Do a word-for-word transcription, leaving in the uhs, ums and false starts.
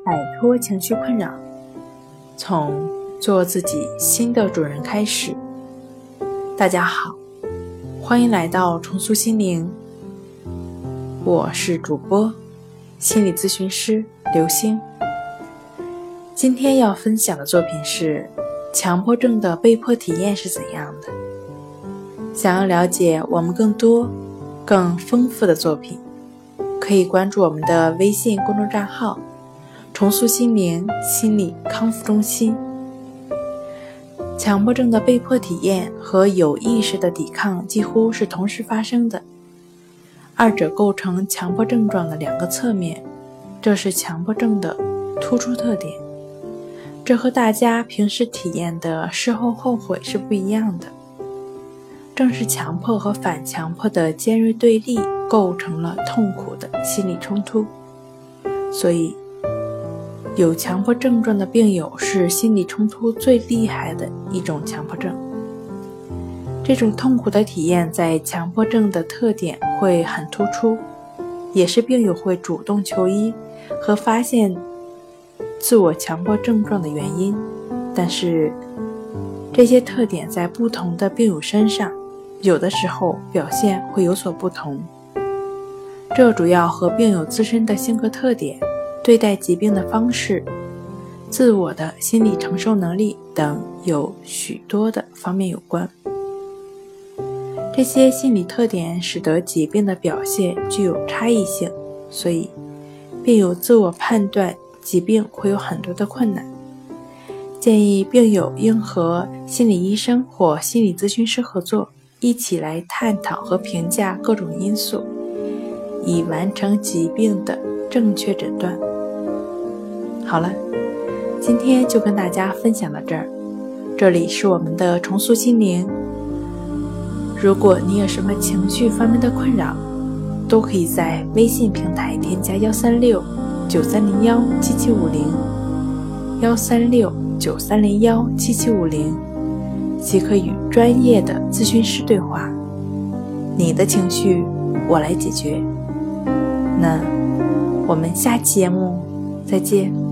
摆脱情绪困扰，从做自己新的主人开始。大家好，欢迎来到重塑心灵，我是主播心理咨询师刘星。今天要分享的作品是强迫症的被迫体验是怎样的。想要了解我们更多更丰富的作品，可以关注我们的微信公众账号重塑心灵心理康复中心。强迫症的被迫体验和有意识的抵抗几乎是同时发生的，二者构成强迫症状的两个侧面，这是强迫症的突出特点。这和大家平时体验的事后后悔是不一样的。正是强迫和反强迫的尖锐对立构成了痛苦的心理冲突，所以有强迫症状的病友是心理冲突最厉害的一种强迫症。这种痛苦的体验在强迫症的特点会很突出，也是病友会主动求医和发现自我强迫症状的原因。但是这些特点在不同的病友身上有的时候表现会有所不同，这主要和病友自身的性格特点、对待疾病的方式、自我的心理承受能力等有许多的方面有关。这些心理特点使得疾病的表现具有差异性，所以病友自我判断疾病会有很多的困难。建议病友应和心理医生或心理咨询师合作，一起来探讨和评价各种因素，以完成疾病的正确诊断。好了，今天就跟大家分享到这儿，这里是我们的重塑心灵。如果你有什么情绪方面的困扰，都可以在微信平台添加一三六九三零一七七五零一三六九三零一七七五零，即可与专业的咨询师对话，你的情绪我来解决。那我们下期节目再见。